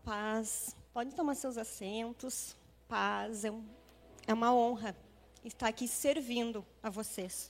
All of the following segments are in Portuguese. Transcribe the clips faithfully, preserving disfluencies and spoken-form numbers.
Paz. Podem tomar seus assentos. Paz. É, um, é uma honra estar aqui servindo a vocês.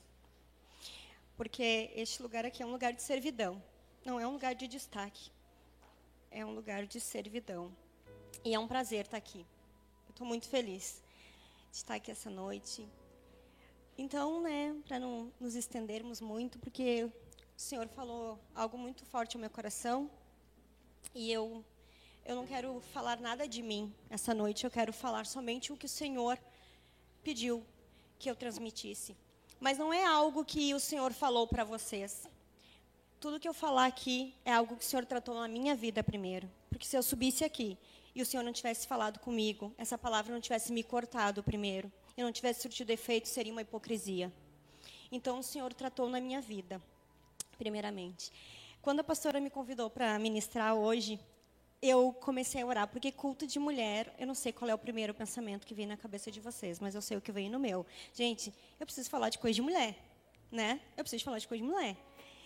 Porque este lugar aqui é um lugar de servidão. Não é um lugar de destaque. É um lugar de servidão. E é um prazer estar aqui. Eu estou muito feliz de estar aqui essa noite. Então, né, para não nos estendermos muito, porque o Senhor falou algo muito forte ao meu coração. E eu, eu não quero falar nada de mim essa noite. Eu quero falar somente o que o Senhor pediu que eu transmitisse. Mas não é algo que o Senhor falou para vocês. Tudo que eu falar aqui é algo que o Senhor tratou na minha vida primeiro. Porque se eu subisse aqui e o Senhor não tivesse falado comigo, essa palavra não tivesse me cortado primeiro, e não tivesse surtido efeito, seria uma hipocrisia. Então, o Senhor tratou na minha vida, primeiramente. Quando a pastora me convidou para ministrar hoje, eu comecei a orar, porque culto de mulher, eu não sei qual é o primeiro pensamento que vem na cabeça de vocês, mas eu sei o que vem no meu. Gente, eu preciso falar de coisa de mulher, né? Eu preciso falar de coisa de mulher.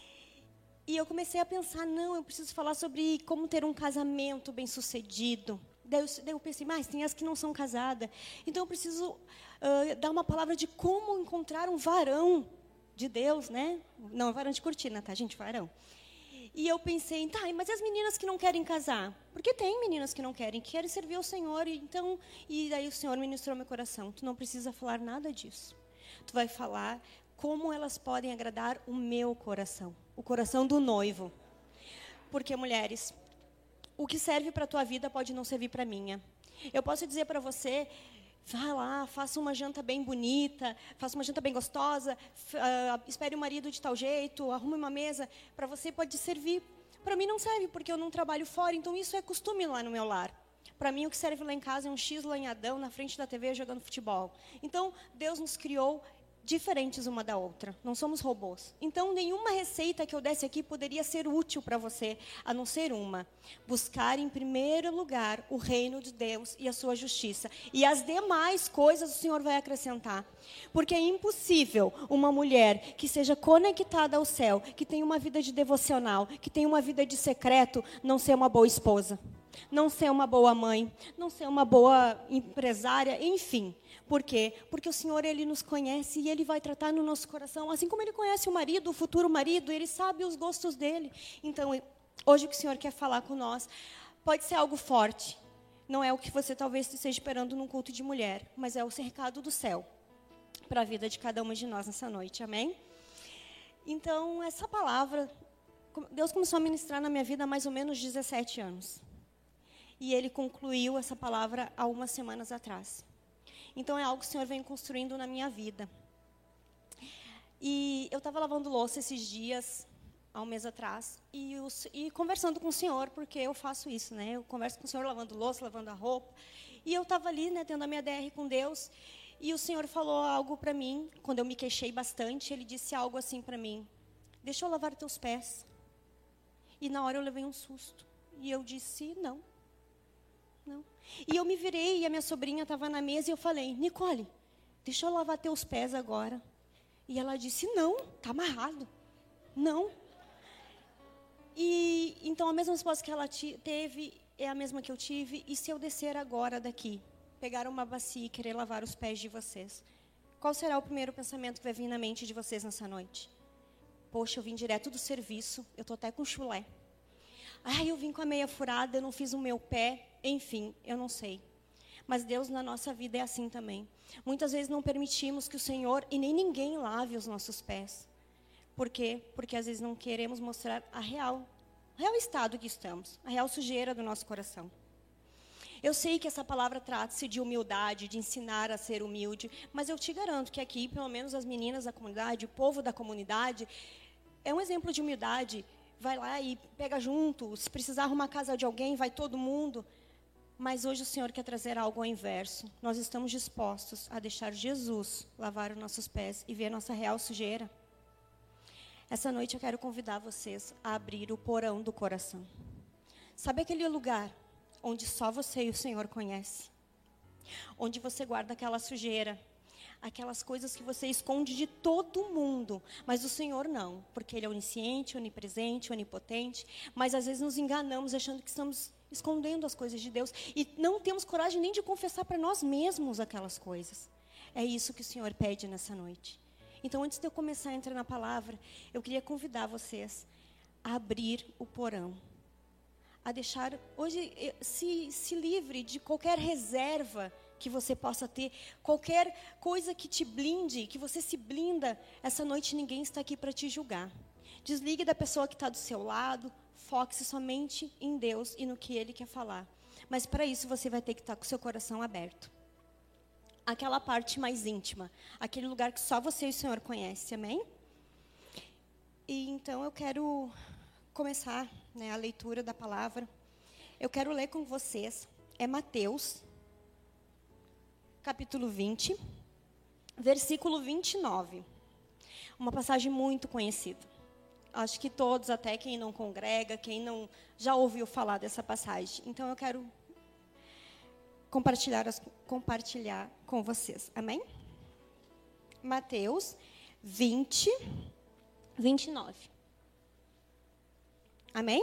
E eu comecei a pensar, não, eu preciso falar sobre como ter um casamento bem-sucedido. Daí eu, daí eu pensei, mas tem as que não são casadas. Então eu preciso uh, dar uma palavra de como encontrar um varão de Deus, né? Não, varão de cortina, tá, gente? Varão. E eu pensei, tá, mas e as meninas que não querem casar? Porque tem meninas que não querem, que querem servir ao Senhor. E, então, e daí o Senhor ministrou meu coração. Tu não precisa falar nada disso. Tu vai falar como elas podem agradar o meu coração. O coração do noivo. Porque, mulheres, o que serve para a tua vida pode não servir para a minha. Eu posso dizer para você, vai lá, faça uma janta bem bonita, faça uma janta bem gostosa, uh, espere o marido de tal jeito, arrume uma mesa. Para você pode servir. Para mim não serve, porque eu não trabalho fora, então isso é costume lá no meu lar. Para mim o que serve lá em casa é um X lanhadão na frente da T V jogando futebol. Então Deus nos criou diferentes uma da outra, não somos robôs. Então, nenhuma receita que eu desse aqui poderia ser útil para você, a não ser uma. Buscar em primeiro lugar o reino de Deus e a sua justiça. E as demais coisas o Senhor vai acrescentar. Porque é impossível uma mulher que seja conectada ao céu, que tenha uma vida de devocional, que tenha uma vida de secreto, não ser uma boa esposa, não ser uma boa mãe, não ser uma boa empresária, enfim. Por quê? Porque o Senhor, Ele nos conhece e Ele vai tratar no nosso coração. Assim como Ele conhece o marido, o futuro marido, Ele sabe os gostos dele. Então, hoje o que o Senhor quer falar com nós pode ser algo forte. Não é o que você talvez esteja esperando num culto de mulher, mas é o recado do céu para a vida de cada uma de nós nessa noite. Amém? Então, essa palavra, Deus começou a ministrar na minha vida há mais ou menos dezessete anos. E Ele concluiu essa palavra há umas semanas atrás. Então, é algo que o Senhor vem construindo na minha vida. E eu estava lavando louça esses dias, há um mês atrás, e, os, e conversando com o Senhor, porque eu faço isso, né? Eu converso com o Senhor lavando louça, lavando a roupa. E eu estava ali, né, tendo a minha D R com Deus, e o Senhor falou algo para mim, quando eu me queixei bastante, Ele disse algo assim para mim, deixa eu lavar teus pés. E na hora eu levei um susto. E eu disse, não. Não. E eu me virei e a minha sobrinha estava na mesa e eu falei, Nicole, deixa eu lavar teus pés agora. E ela disse, não, está amarrado. Não. E então a mesma resposta que ela teve é a mesma que eu tive. E se eu descer agora daqui, pegar uma bacia e querer lavar os pés de vocês, qual será o primeiro pensamento que vai vir na mente de vocês nessa noite? Poxa, eu vim direto do serviço, eu estou até com chulé. Ai, eu vim com a meia furada, eu não fiz o meu pé. Enfim, eu não sei. Mas Deus na nossa vida é assim também. Muitas vezes não permitimos que o Senhor e nem ninguém lave os nossos pés. Por quê? Porque às vezes não queremos mostrar a real, o real estado que estamos, a real sujeira do nosso coração. Eu sei que essa palavra trata-se de humildade, de ensinar a ser humilde, mas eu te garanto que aqui, pelo menos as meninas da comunidade, o povo da comunidade, é um exemplo de humildade. Vai lá e pega junto, se precisar arrumar a casa de alguém, vai todo mundo. Mas hoje o Senhor quer trazer algo ao inverso. Nós estamos dispostos a deixar Jesus lavar os nossos pés e ver a nossa real sujeira. Essa noite eu quero convidar vocês a abrir o porão do coração. Sabe aquele lugar onde só você e o Senhor conhecem? Onde você guarda aquela sujeira, aquelas coisas que você esconde de todo mundo, mas o Senhor não, porque Ele é onisciente, onipresente, onipotente, mas às vezes nos enganamos achando que estamos escondendo as coisas de Deus e não temos coragem nem de confessar para nós mesmos aquelas coisas. É isso que o Senhor pede nessa noite. Então, antes de eu começar a entrar na palavra, eu queria convidar vocês a abrir o porão, a deixar, hoje, se, se livre de qualquer reserva que você possa ter, qualquer coisa que te blinde, que você se blinda. Essa noite ninguém está aqui para te julgar. Desligue da pessoa que está do seu lado, foque-se somente em Deus e no que Ele quer falar. Mas para isso você vai ter que estar com o seu coração aberto. Aquela parte mais íntima, aquele lugar que só você e o Senhor conhecem, amém? E então eu quero começar, né, a leitura da palavra. Eu quero ler com vocês, é Mateus, capítulo vinte, versículo vinte e nove. Uma passagem muito conhecida. Acho que todos, até quem não congrega, quem não já ouviu falar dessa passagem. Então eu quero compartilhar, as, compartilhar com vocês. Amém? Mateus vinte, vinte e nove. Amém?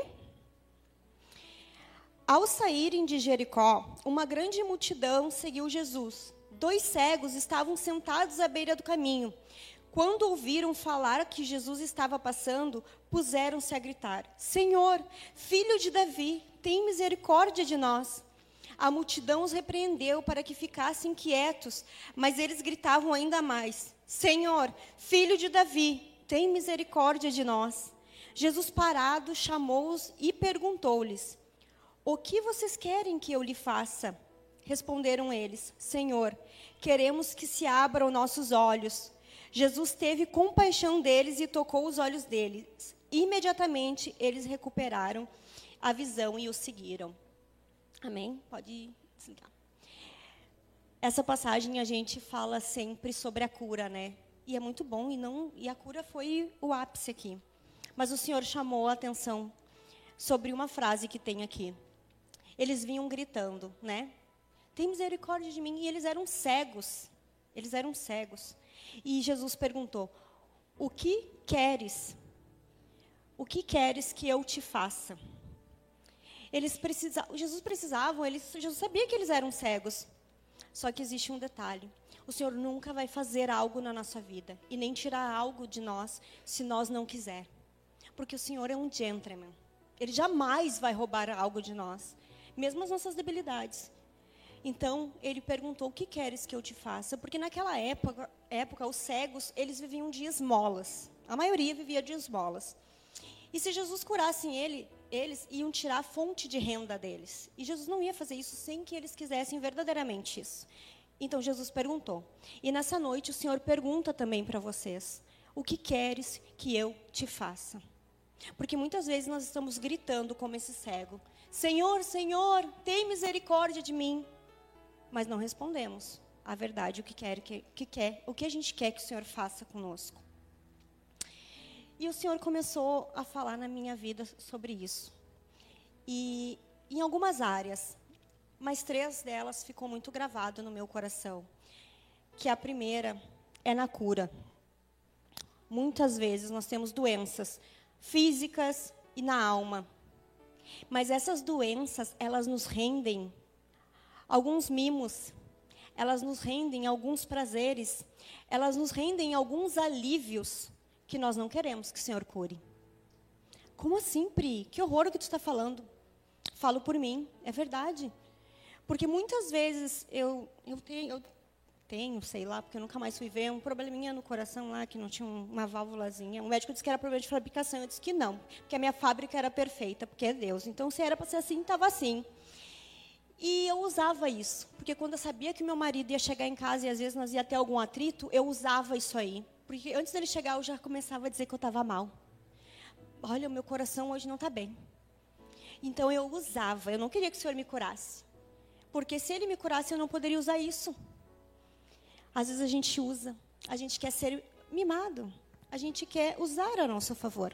Ao saírem de Jericó, uma grande multidão seguiu Jesus. Dois cegos estavam sentados à beira do caminho. Quando ouviram falar que Jesus estava passando, puseram-se a gritar: Senhor, filho de Davi, tem misericórdia de nós. A multidão os repreendeu para que ficassem quietos, mas eles gritavam ainda mais: Senhor, filho de Davi, tem misericórdia de nós. Jesus, parado, chamou-os e perguntou-lhes: O que vocês querem que eu lhe faça? Responderam eles: Senhor, queremos que se abram nossos olhos. Jesus teve compaixão deles e tocou os olhos deles. Imediatamente eles recuperaram a visão e o seguiram. Amém? Pode desligar. Essa passagem a gente fala sempre sobre a cura, né? E é muito bom, e, não, e a cura foi o ápice aqui. Mas o Senhor chamou a atenção sobre uma frase que tem aqui. Eles vinham gritando, né? Tem misericórdia de mim. E eles eram cegos. Eles eram cegos. E Jesus perguntou: O que queres? O que queres que eu te faça? Eles precisavam, Jesus precisava, eles, Jesus sabia que eles eram cegos. Só que existe um detalhe. O Senhor nunca vai fazer algo na nossa vida e nem tirar algo de nós se nós não quiser. Porque o Senhor é um gentleman. Ele jamais vai roubar algo de nós, mesmo as nossas debilidades. Então, ele perguntou: o que queres que eu te faça? Porque naquela época, época os cegos, eles viviam de esmolas. A maioria vivia de esmolas. E se Jesus curasse ele, eles iam tirar a fonte de renda deles. E Jesus não ia fazer isso sem que eles quisessem verdadeiramente isso. Então, Jesus perguntou. E nessa noite, o Senhor pergunta também para vocês: o que queres que eu te faça? Porque muitas vezes nós estamos gritando como esse cego: Senhor, Senhor, tem misericórdia de mim. Mas não respondemos a verdade, o que quer, que, que quer, o que a gente quer que o Senhor faça conosco. E o Senhor começou a falar na minha vida sobre isso. E em algumas áreas, mas três delas ficou muito gravado no meu coração. Que a primeira é na cura. Muitas vezes nós temos doenças físicas e na alma. Mas essas doenças, elas nos rendem alguns mimos, elas nos rendem alguns prazeres, elas nos rendem alguns alívios que nós não queremos que o Senhor cure. Como assim, Pri? Que horror o que tu está falando. Falo por mim, é verdade. Porque muitas vezes eu, eu, tenho, eu tenho, sei lá, porque eu nunca mais fui ver, um probleminha no coração lá, que não tinha uma válvulazinha. O médico disse que era problema de fabricação, eu disse que não, porque a minha fábrica era perfeita, porque é Deus. Então, se era para ser assim, estava assim. E eu usava isso, porque quando eu sabia que meu marido ia chegar em casa e às vezes nós ia ter algum atrito, eu usava isso aí. Porque antes dele chegar, eu já começava a dizer que eu estava mal. Olha, o meu coração hoje não está bem. Então eu usava, eu não queria que o Senhor me curasse. Porque se Ele me curasse, eu não poderia usar isso. Às vezes a gente usa, a gente quer ser mimado, a gente quer usar a nosso favor.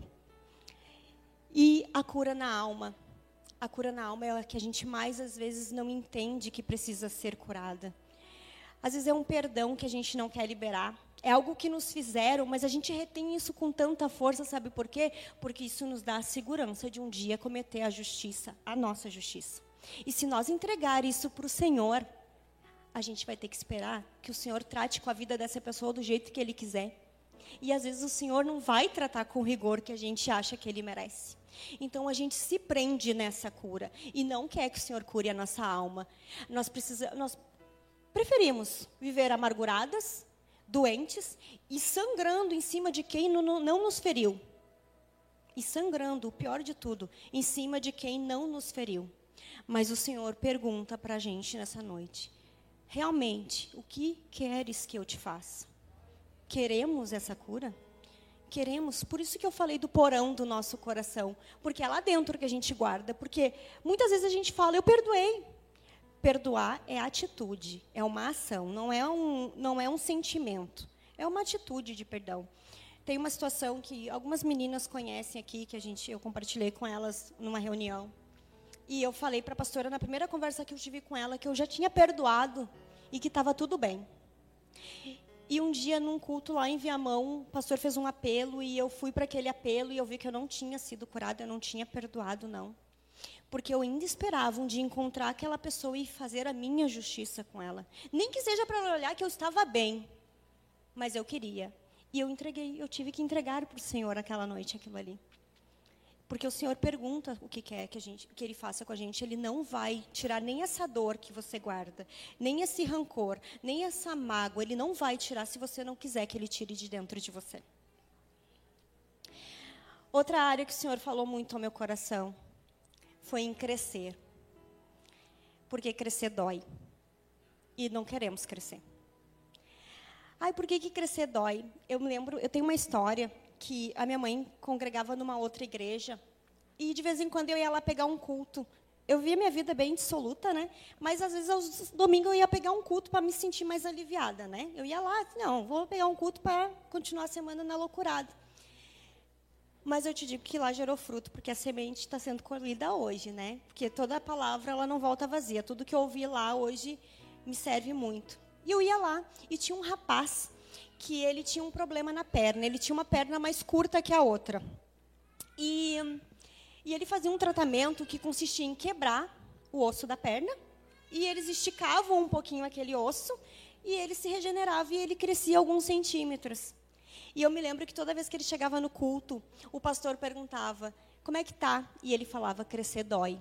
E a cura na alma. A cura na alma é a que a gente mais, às vezes, não entende que precisa ser curada. Às vezes é um perdão que a gente não quer liberar. É algo que nos fizeram, mas a gente retém isso com tanta força, sabe por quê? Porque isso nos dá a segurança de um dia cometer a justiça, a nossa justiça. E se nós entregar isso para o Senhor, a gente vai ter que esperar que o Senhor trate com a vida dessa pessoa do jeito que Ele quiser. E às vezes o Senhor não vai tratar com o rigor que a gente acha que Ele merece. Então a gente se prende nessa cura e não quer que o Senhor cure a nossa alma. Nós precisamos, nós preferimos viver amarguradas, doentes e sangrando em cima de quem não, não nos feriu. E sangrando, o pior de tudo, em cima de quem não nos feriu. Mas o Senhor pergunta para a gente nessa noite: realmente, o que queres que eu te faça? Queremos essa cura? Queremos, por isso que eu falei do porão do nosso coração, porque é lá dentro que a gente guarda, porque muitas vezes a gente fala, eu perdoei. Perdoar é atitude, é uma ação, não é um, não é um sentimento, é uma atitude de perdão. Tem uma situação que algumas meninas conhecem aqui, que a gente, eu compartilhei com elas numa reunião, e eu falei para a pastora, na primeira conversa que eu tive com ela, que eu já tinha perdoado e que estava tudo bem. E um dia, num culto lá em Viamão, o pastor fez um apelo e eu fui para aquele apelo e eu vi que eu não tinha sido curada, eu não tinha perdoado, não. Porque eu ainda esperava um dia encontrar aquela pessoa e fazer a minha justiça com ela. Nem que seja para ela olhar que eu estava bem, mas eu queria. E eu entreguei, eu tive que entregar para o Senhor aquela noite, aquilo ali. Porque o Senhor pergunta o que quer que, a gente, que Ele faça com a gente. Ele não vai tirar nem essa dor que você guarda, nem esse rancor, nem essa mágoa. Ele não vai tirar se você não quiser que Ele tire de dentro de você. Outra área que o Senhor falou muito ao meu coração foi em crescer. Porque crescer dói. E não queremos crescer. Ai, por que que crescer dói? Eu me lembro, eu tenho uma história que a minha mãe congregava numa outra igreja e de vez em quando eu ia lá pegar um culto. Eu via minha vida bem dissoluta, né? Mas às vezes aos domingos eu ia pegar um culto para me sentir mais aliviada, né? Eu ia lá, não, vou pegar um culto para continuar a semana na loucurada. Mas eu te digo que lá gerou fruto, porque a semente está sendo colhida hoje, né? Porque toda a palavra ela não volta vazia. Tudo que eu ouvi lá hoje me serve muito. E eu ia lá e tinha um rapaz que ele tinha um problema na perna. Ele tinha uma perna mais curta que a outra. E, e ele fazia um tratamento que consistia em quebrar o osso da perna. E eles esticavam um pouquinho aquele osso. E ele se regenerava e ele crescia alguns centímetros. E eu me lembro que toda vez que ele chegava no culto, o pastor perguntava, como é que tá? E ele falava, crescer dói.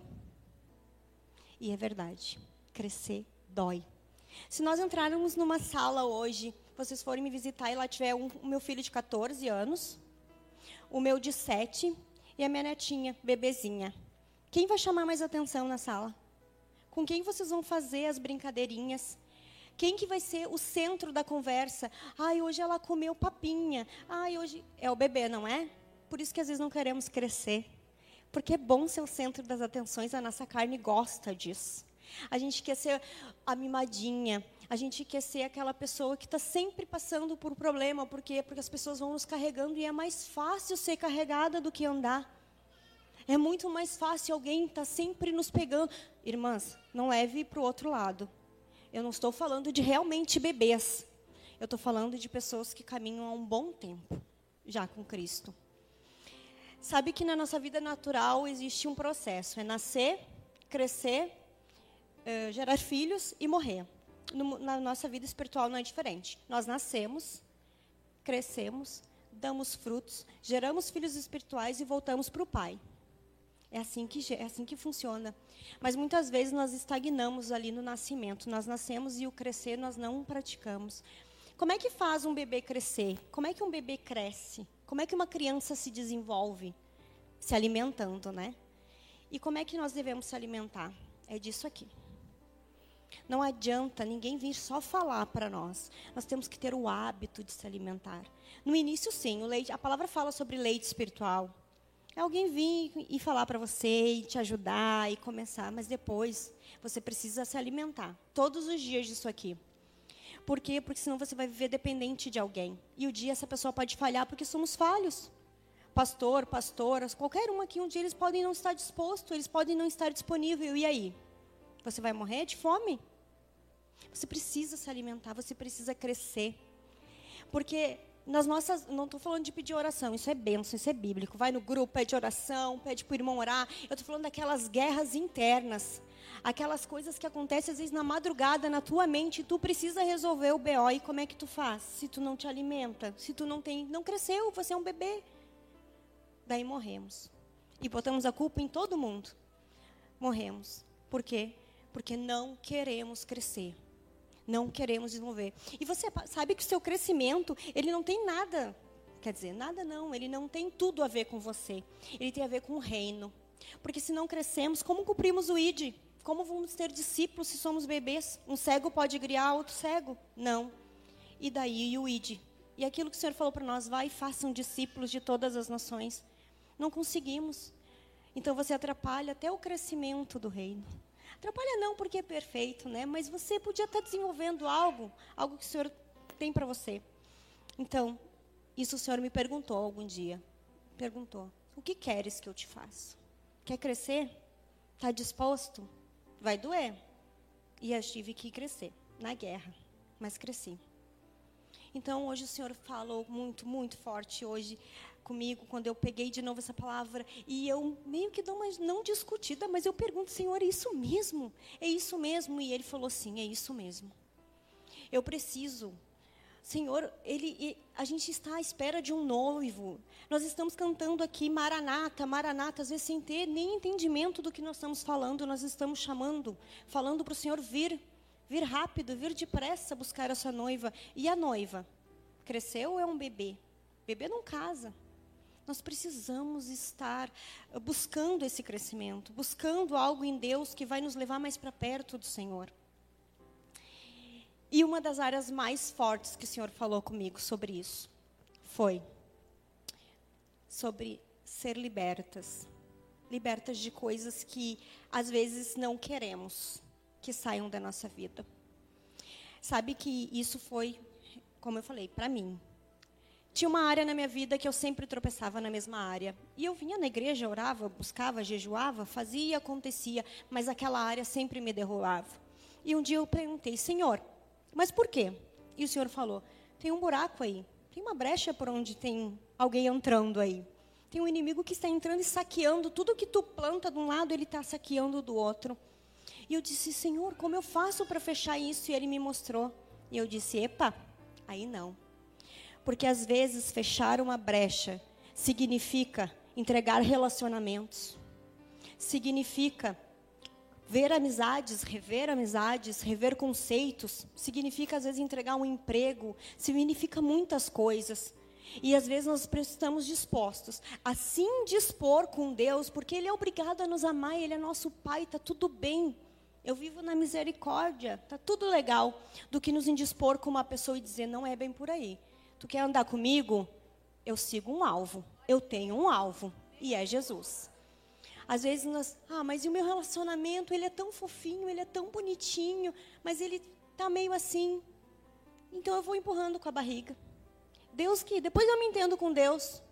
E é verdade, crescer dói. Se nós entrarmos numa sala hoje, vocês forem me visitar e lá tiver um, o meu filho de catorze anos, o meu de sete e a minha netinha, bebezinha. Quem vai chamar mais atenção na sala? Com quem vocês vão fazer as brincadeirinhas? Quem que vai ser o centro da conversa? Ai, hoje ela comeu papinha. Ai, hoje... É o bebê, não é? Por isso que às vezes não queremos crescer. Porque é bom ser o centro das atenções, a nossa carne gosta disso. A gente quer ser a mimadinha, a gente quer ser aquela pessoa que está sempre passando por problema. Por quê? Porque as pessoas vão nos carregando e é mais fácil ser carregada do que andar. É muito mais fácil alguém estar sempre nos pegando. Irmãs, não leve para o outro lado. Eu não estou falando de realmente bebês. Eu estou falando de pessoas que caminham há um bom tempo, já com Cristo. Sabe que na nossa vida natural existe um processo. É nascer, crescer, Uh, gerar filhos e morrer. No, na nossa vida espiritual não é diferente. Nós nascemos, crescemos, damos frutos, geramos filhos espirituais e voltamos para o Pai. É assim, que, é assim que funciona. Mas muitas vezes nós estagnamos ali no nascimento. Nós nascemos e o crescer nós não praticamos. Como é que faz um bebê crescer? Como é que um bebê cresce? Como é que uma criança se desenvolve? Se alimentando, né? E como é que nós devemos se alimentar? É disso aqui. Não adianta ninguém vir só falar para nós. Nós temos que ter o hábito de se alimentar. No início, sim, o leite, a palavra fala sobre leite espiritual. É alguém vir e falar para você, e te ajudar, e começar. Mas depois, você precisa se alimentar. Todos os dias disso aqui. Por quê? Porque senão você vai viver dependente de alguém. E um dia essa pessoa pode falhar porque somos falhos. Pastor, pastoras, qualquer um aqui, um dia eles podem não estar dispostos, eles podem não estar disponíveis. E aí? Você vai morrer de fome? Você precisa se alimentar, você precisa crescer. Porque nas nossas, não estou falando de pedir oração, isso é bênção, isso é bíblico. Vai no grupo, pede oração, pede para o irmão orar. Eu estou falando daquelas guerras internas, aquelas coisas que acontecem às vezes na madrugada, na tua mente, e tu precisa resolver o B O. E como é que tu faz? Se tu não te alimenta, se tu não tem, não cresceu, você é um bebê. Daí morremos. E botamos a culpa em todo mundo. Morremos. Por quê? Porque não queremos crescer. Não queremos desenvolver. E você sabe que o seu crescimento, ele não tem nada, quer dizer, nada não, ele não tem tudo a ver com você. Ele tem a ver com o reino. Porque se não crescemos, como cumprimos o I D? Como vamos ter discípulos se somos bebês? Um cego pode guiar outro cego? Não. E daí o I D? E aquilo que o Senhor falou para nós, vai e façam discípulos de todas as nações. Não conseguimos. Então você atrapalha até o crescimento do reino. Atrapalha não porque é perfeito, né? Mas você podia estar desenvolvendo algo, algo que o Senhor tem para você. Então, isso o Senhor me perguntou algum dia. Perguntou, o que queres que eu te faça? Quer crescer? Está disposto? Vai doer. E eu tive que crescer, na guerra, mas cresci. Então, hoje o Senhor falou muito, muito forte hoje comigo, quando eu peguei de novo essa palavra, e eu meio que dou uma não discutida, mas eu pergunto, Senhor, é isso mesmo? É isso mesmo? E Ele falou, sim, é isso mesmo. Eu preciso. Senhor, ele, a gente está à espera de um noivo. Nós estamos cantando aqui, Maranata, Maranata, às vezes sem ter nem entendimento do que nós estamos falando, nós estamos chamando, falando para o Senhor vir, vir rápido, vir depressa buscar a sua noiva. E a noiva? Cresceu ou é um bebê? Bebê não casa. Nós precisamos estar buscando esse crescimento, buscando algo em Deus que vai nos levar mais para perto do Senhor. E uma das áreas mais fortes que o Senhor falou comigo sobre isso foi sobre ser libertas. Libertas de coisas que às vezes não queremos que saiam da nossa vida. Sabe que isso foi, como eu falei, para mim. Tinha uma área na minha vida que eu sempre tropeçava na mesma área. E eu vinha na igreja, orava, buscava, jejuava, fazia, acontecia, mas aquela área sempre me derrubava. E um dia eu perguntei, Senhor, mas por quê? E o Senhor falou, tem um buraco aí, tem uma brecha por onde tem alguém entrando aí. Tem um inimigo que está entrando e saqueando, tudo que tu planta de um lado, ele está saqueando do outro. E eu disse, Senhor, como eu faço para fechar isso? E Ele me mostrou. E eu disse, epa, aí não. Porque às vezes fechar uma brecha significa entregar relacionamentos. Significa ver amizades, rever amizades, rever conceitos. Significa às vezes entregar um emprego. Significa muitas coisas. E às vezes nós estamos dispostos a se indispor com Deus, porque Ele é obrigado a nos amar, Ele é nosso Pai, está tudo bem. Eu vivo na misericórdia, está tudo legal. Do que nos indispor com uma pessoa e dizer, não é bem por aí. Tu quer andar comigo? Eu sigo um alvo. Eu tenho um alvo. E é Jesus. Às vezes nós... Ah, mas e o meu relacionamento? Ele é tão fofinho, ele é tão bonitinho. Mas ele está meio assim. Então eu vou empurrando com a barriga. Deus que... Depois eu me entendo com Deus.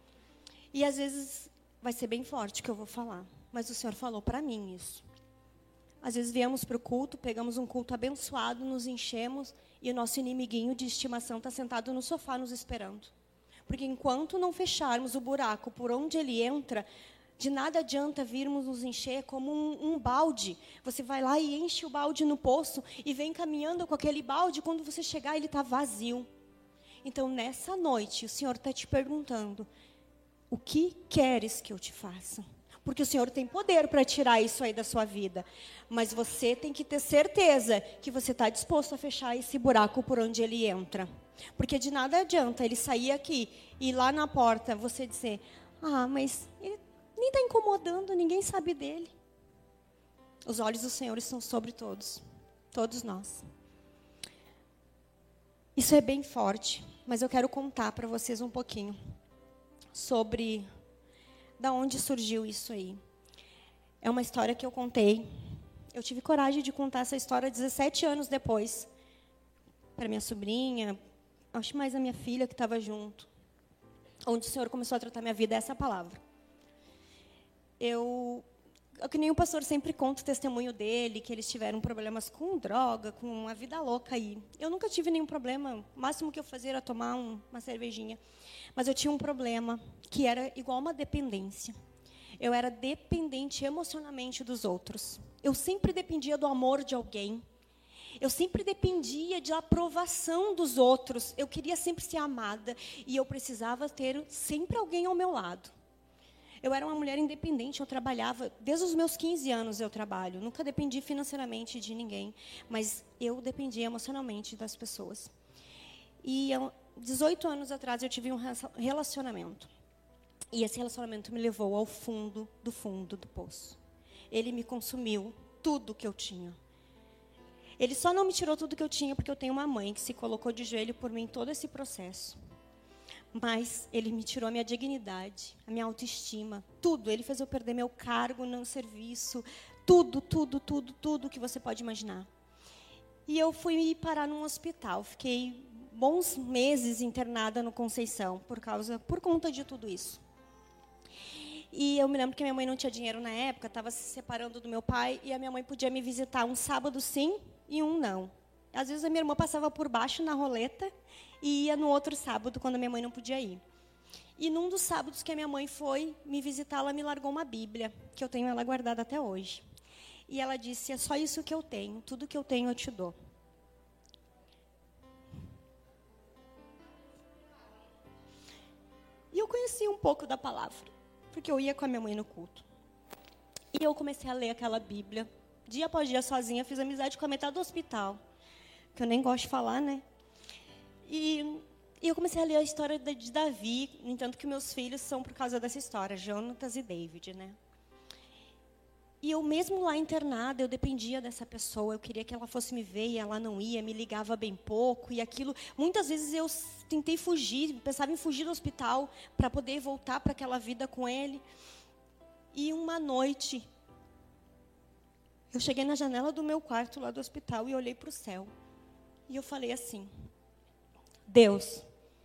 E às vezes vai ser bem forte o que eu vou falar. Mas o Senhor falou para mim isso. Às vezes viemos para o culto, pegamos um culto abençoado, nos enchemos... E o nosso inimiguinho de estimação está sentado no sofá nos esperando. Porque enquanto não fecharmos o buraco por onde ele entra, de nada adianta virmos nos encher como um, um balde. Você vai lá e enche o balde no poço e vem caminhando com aquele balde. Quando você chegar, ele está vazio. Então, nessa noite, o Senhor está te perguntando, o que queres que eu te faça? Porque o Senhor tem poder para tirar isso aí da sua vida. Mas você tem que ter certeza que você está disposto a fechar esse buraco por onde ele entra. Porque de nada adianta ele sair aqui e lá na porta você dizer, ah, mas ele nem está incomodando, ninguém sabe dele. Os olhos do Senhor estão sobre todos, todos nós. Isso é bem forte, mas eu quero contar para vocês um pouquinho sobre... Da onde surgiu isso aí? É uma história que eu contei. Eu tive coragem de contar essa história dezessete anos depois. Para minha sobrinha, acho mais a minha filha que estava junto. Onde o Senhor começou a tratar minha vida, essa palavra. Eu que nem o pastor sempre conta o testemunho dele, que eles tiveram problemas com droga, com uma vida louca aí. Eu nunca tive nenhum problema, o máximo que eu fazia era tomar um, uma cervejinha. Mas eu tinha um problema, que era igual uma dependência. Eu era dependente emocionalmente dos outros. Eu sempre dependia do amor de alguém. Eu sempre dependia de aprovação dos outros. Eu queria sempre ser amada, e eu precisava ter sempre alguém ao meu lado. Eu era uma mulher independente, eu trabalhava, desde os meus quinze anos eu trabalho, nunca dependi financeiramente de ninguém, mas eu dependia emocionalmente das pessoas. E há dezoito anos atrás eu tive um relacionamento, e esse relacionamento me levou ao fundo do fundo do poço. Ele me consumiu tudo que eu tinha. Ele só não me tirou tudo que eu tinha porque eu tenho uma mãe que se colocou de joelho por mim em todo esse processo. Mas ele me tirou a minha dignidade, a minha autoestima, tudo. Ele fez eu perder meu cargo no serviço, tudo, tudo, tudo, tudo que você pode imaginar. E eu fui parar num hospital. Fiquei bons meses internada no Conceição por causa, por conta de tudo isso. E eu me lembro que minha mãe não tinha dinheiro na época, estava se separando do meu pai, e a minha mãe podia me visitar um sábado sim e um não. Às vezes a minha irmã passava por baixo na roleta e ia no outro sábado, quando a minha mãe não podia ir. E num dos sábados que a minha mãe foi me visitar, ela me largou uma Bíblia, que eu tenho ela guardada até hoje. E ela disse, é só isso que eu tenho, tudo que eu tenho eu te dou. E eu conheci um pouco da palavra, porque eu ia com a minha mãe no culto. E eu comecei a ler aquela Bíblia, dia após dia sozinha, fiz amizade com a metade do hospital, que eu nem gosto de falar, né? E, e eu comecei a ler a história de Davi, no entanto que meus filhos são por causa dessa história, Jonatas e David, né? E eu mesmo lá internada, eu dependia dessa pessoa, eu queria que ela fosse me ver e ela não ia, me ligava bem pouco e aquilo. Muitas vezes eu tentei fugir, pensava em fugir do hospital para poder voltar para aquela vida com ele. E uma noite, eu cheguei na janela do meu quarto lá do hospital e olhei para o céu. E eu falei assim, Deus,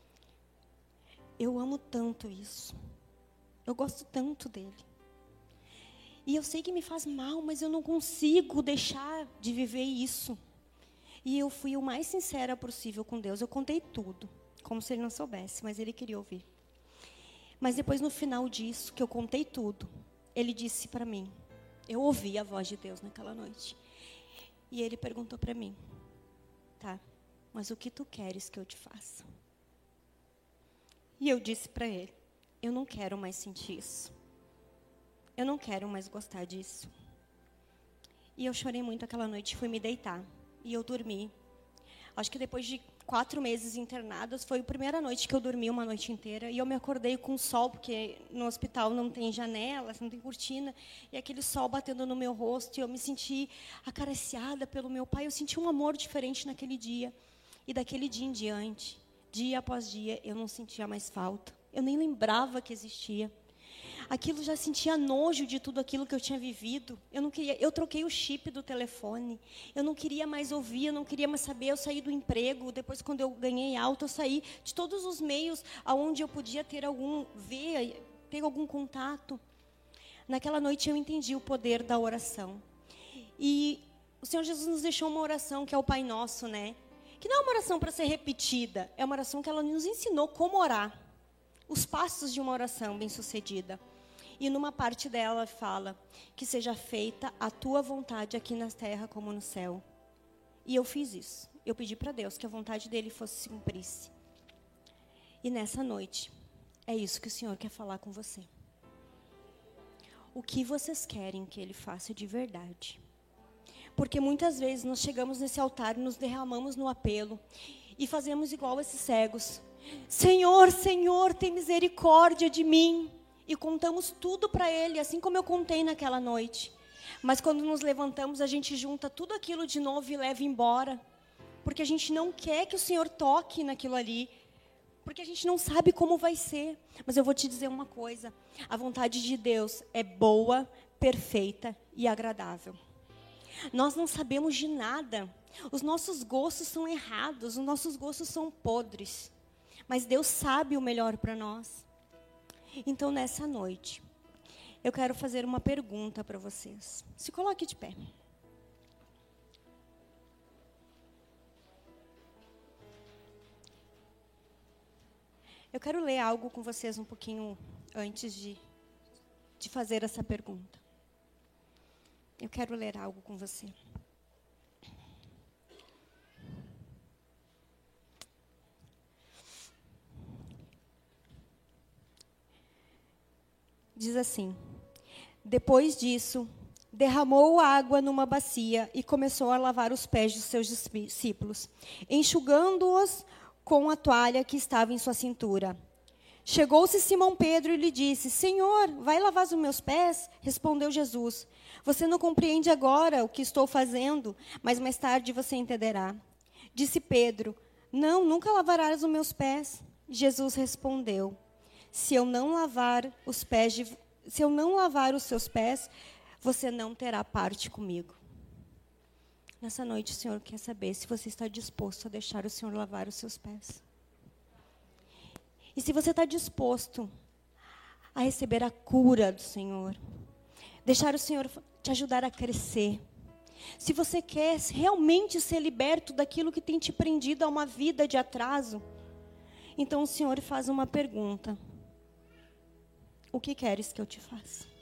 eu amo tanto isso, eu gosto tanto dele. E eu sei que me faz mal, mas eu não consigo deixar de viver isso. E eu fui o mais sincera possível com Deus. Eu contei tudo, como se ele não soubesse, mas ele queria ouvir. Mas depois, no final disso, que eu contei tudo, ele disse para mim, eu ouvi a voz de Deus naquela noite. E ele perguntou para mim, tá, mas o que tu queres que eu te faça? E eu disse para ele, eu não quero mais sentir isso. Eu não quero mais gostar disso. E eu chorei muito aquela noite, fui me deitar. E eu dormi. Acho que depois de quatro meses internadas, foi a primeira noite que eu dormi uma noite inteira. E eu me acordei com sol, porque no hospital não tem janelas, não tem cortina. E aquele sol batendo no meu rosto. E eu me senti acariciada pelo meu pai. Eu senti um amor diferente naquele dia. E daquele dia em diante, dia após dia, eu não sentia mais falta. Eu nem lembrava que existia. Aquilo já sentia nojo de tudo aquilo que eu tinha vivido. Eu não queria, eu troquei o chip do telefone. Eu não queria mais ouvir, eu não queria mais saber. Eu saí do emprego, depois quando eu ganhei alta, eu saí de todos os meios aonde eu podia ter algum ver, ter algum contato. Naquela noite eu entendi o poder da oração. E o Senhor Jesus nos deixou uma oração que é o Pai Nosso, né? Que não é uma oração para ser repetida, é uma oração que ela nos ensinou como orar. Os passos de uma oração bem-sucedida. E numa parte dela fala que seja feita a tua vontade aqui na terra como no céu. E eu fiz isso. Eu pedi para Deus que a vontade dele fosse se cumprisse. E nessa noite, é isso que o Senhor quer falar com você. O que vocês querem que ele faça de verdade? Porque muitas vezes nós chegamos nesse altar e nos derramamos no apelo e fazemos igual esses cegos. Senhor, Senhor, tem misericórdia de mim. E contamos tudo para Ele, assim como eu contei naquela noite. Mas quando nos levantamos, a gente junta tudo aquilo de novo e leva embora. Porque a gente não quer que o Senhor toque naquilo ali. Porque a gente não sabe como vai ser. Mas eu vou te dizer uma coisa. A vontade de Deus é boa, perfeita e agradável. Nós não sabemos de nada. Os nossos gostos são errados, os nossos gostos são podres. Mas Deus sabe o melhor para nós. Então, nessa noite, eu quero fazer uma pergunta para vocês. Se coloque de pé. Eu quero ler algo com vocês um pouquinho antes de, de fazer essa pergunta. Eu quero ler algo com você. Diz assim: depois disso, derramou água numa bacia e começou a lavar os pés dos seus discípulos, enxugando-os com a toalha que estava em sua cintura. Chegou-se Simão Pedro e lhe disse: Senhor, vai lavar os meus pés? Respondeu Jesus: você não compreende agora o que estou fazendo, mas mais tarde você entenderá. Disse Pedro: não, nunca lavarás os meus pés. Jesus respondeu: se eu não lavar os pés de, se eu não lavar os seus pés, você não terá parte comigo. Nessa noite, o Senhor quer saber se você está disposto a deixar o Senhor lavar os seus pés. E se você está disposto a receber a cura do Senhor, deixar o Senhor te ajudar a crescer. Se você quer realmente ser liberto daquilo que tem te prendido a uma vida de atraso, então o Senhor faz uma pergunta: o que queres que eu te faça?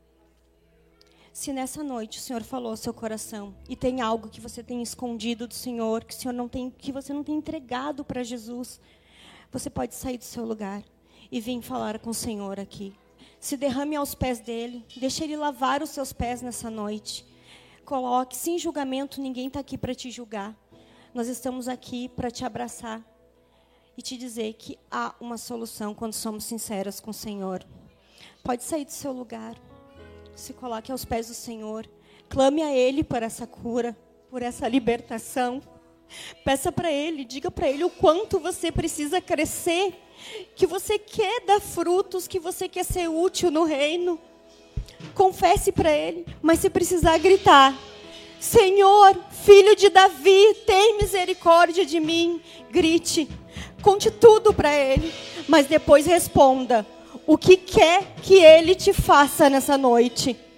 Se nessa noite o Senhor falou ao seu coração e tem algo que você tem escondido do Senhor, que, o Senhor não tem, que você não tem entregado para Jesus, você pode sair do seu lugar e vir falar com o Senhor aqui. Se derrame aos pés dele, deixe ele lavar os seus pés nessa noite. Coloque, sem julgamento, ninguém está aqui para te julgar. Nós estamos aqui para te abraçar e te dizer que há uma solução quando somos sinceras com o Senhor. Pode sair do seu lugar. Se coloque aos pés do Senhor. Clame a Ele por essa cura, por essa libertação. Peça para Ele, diga para Ele o quanto você precisa crescer, que você quer dar frutos, que você quer ser útil no reino. Confesse para Ele, mas se precisar gritar: Senhor, Filho de Davi, tem misericórdia de mim. Grite, conte tudo para Ele, mas depois responda o que quer que Ele te faça nessa noite.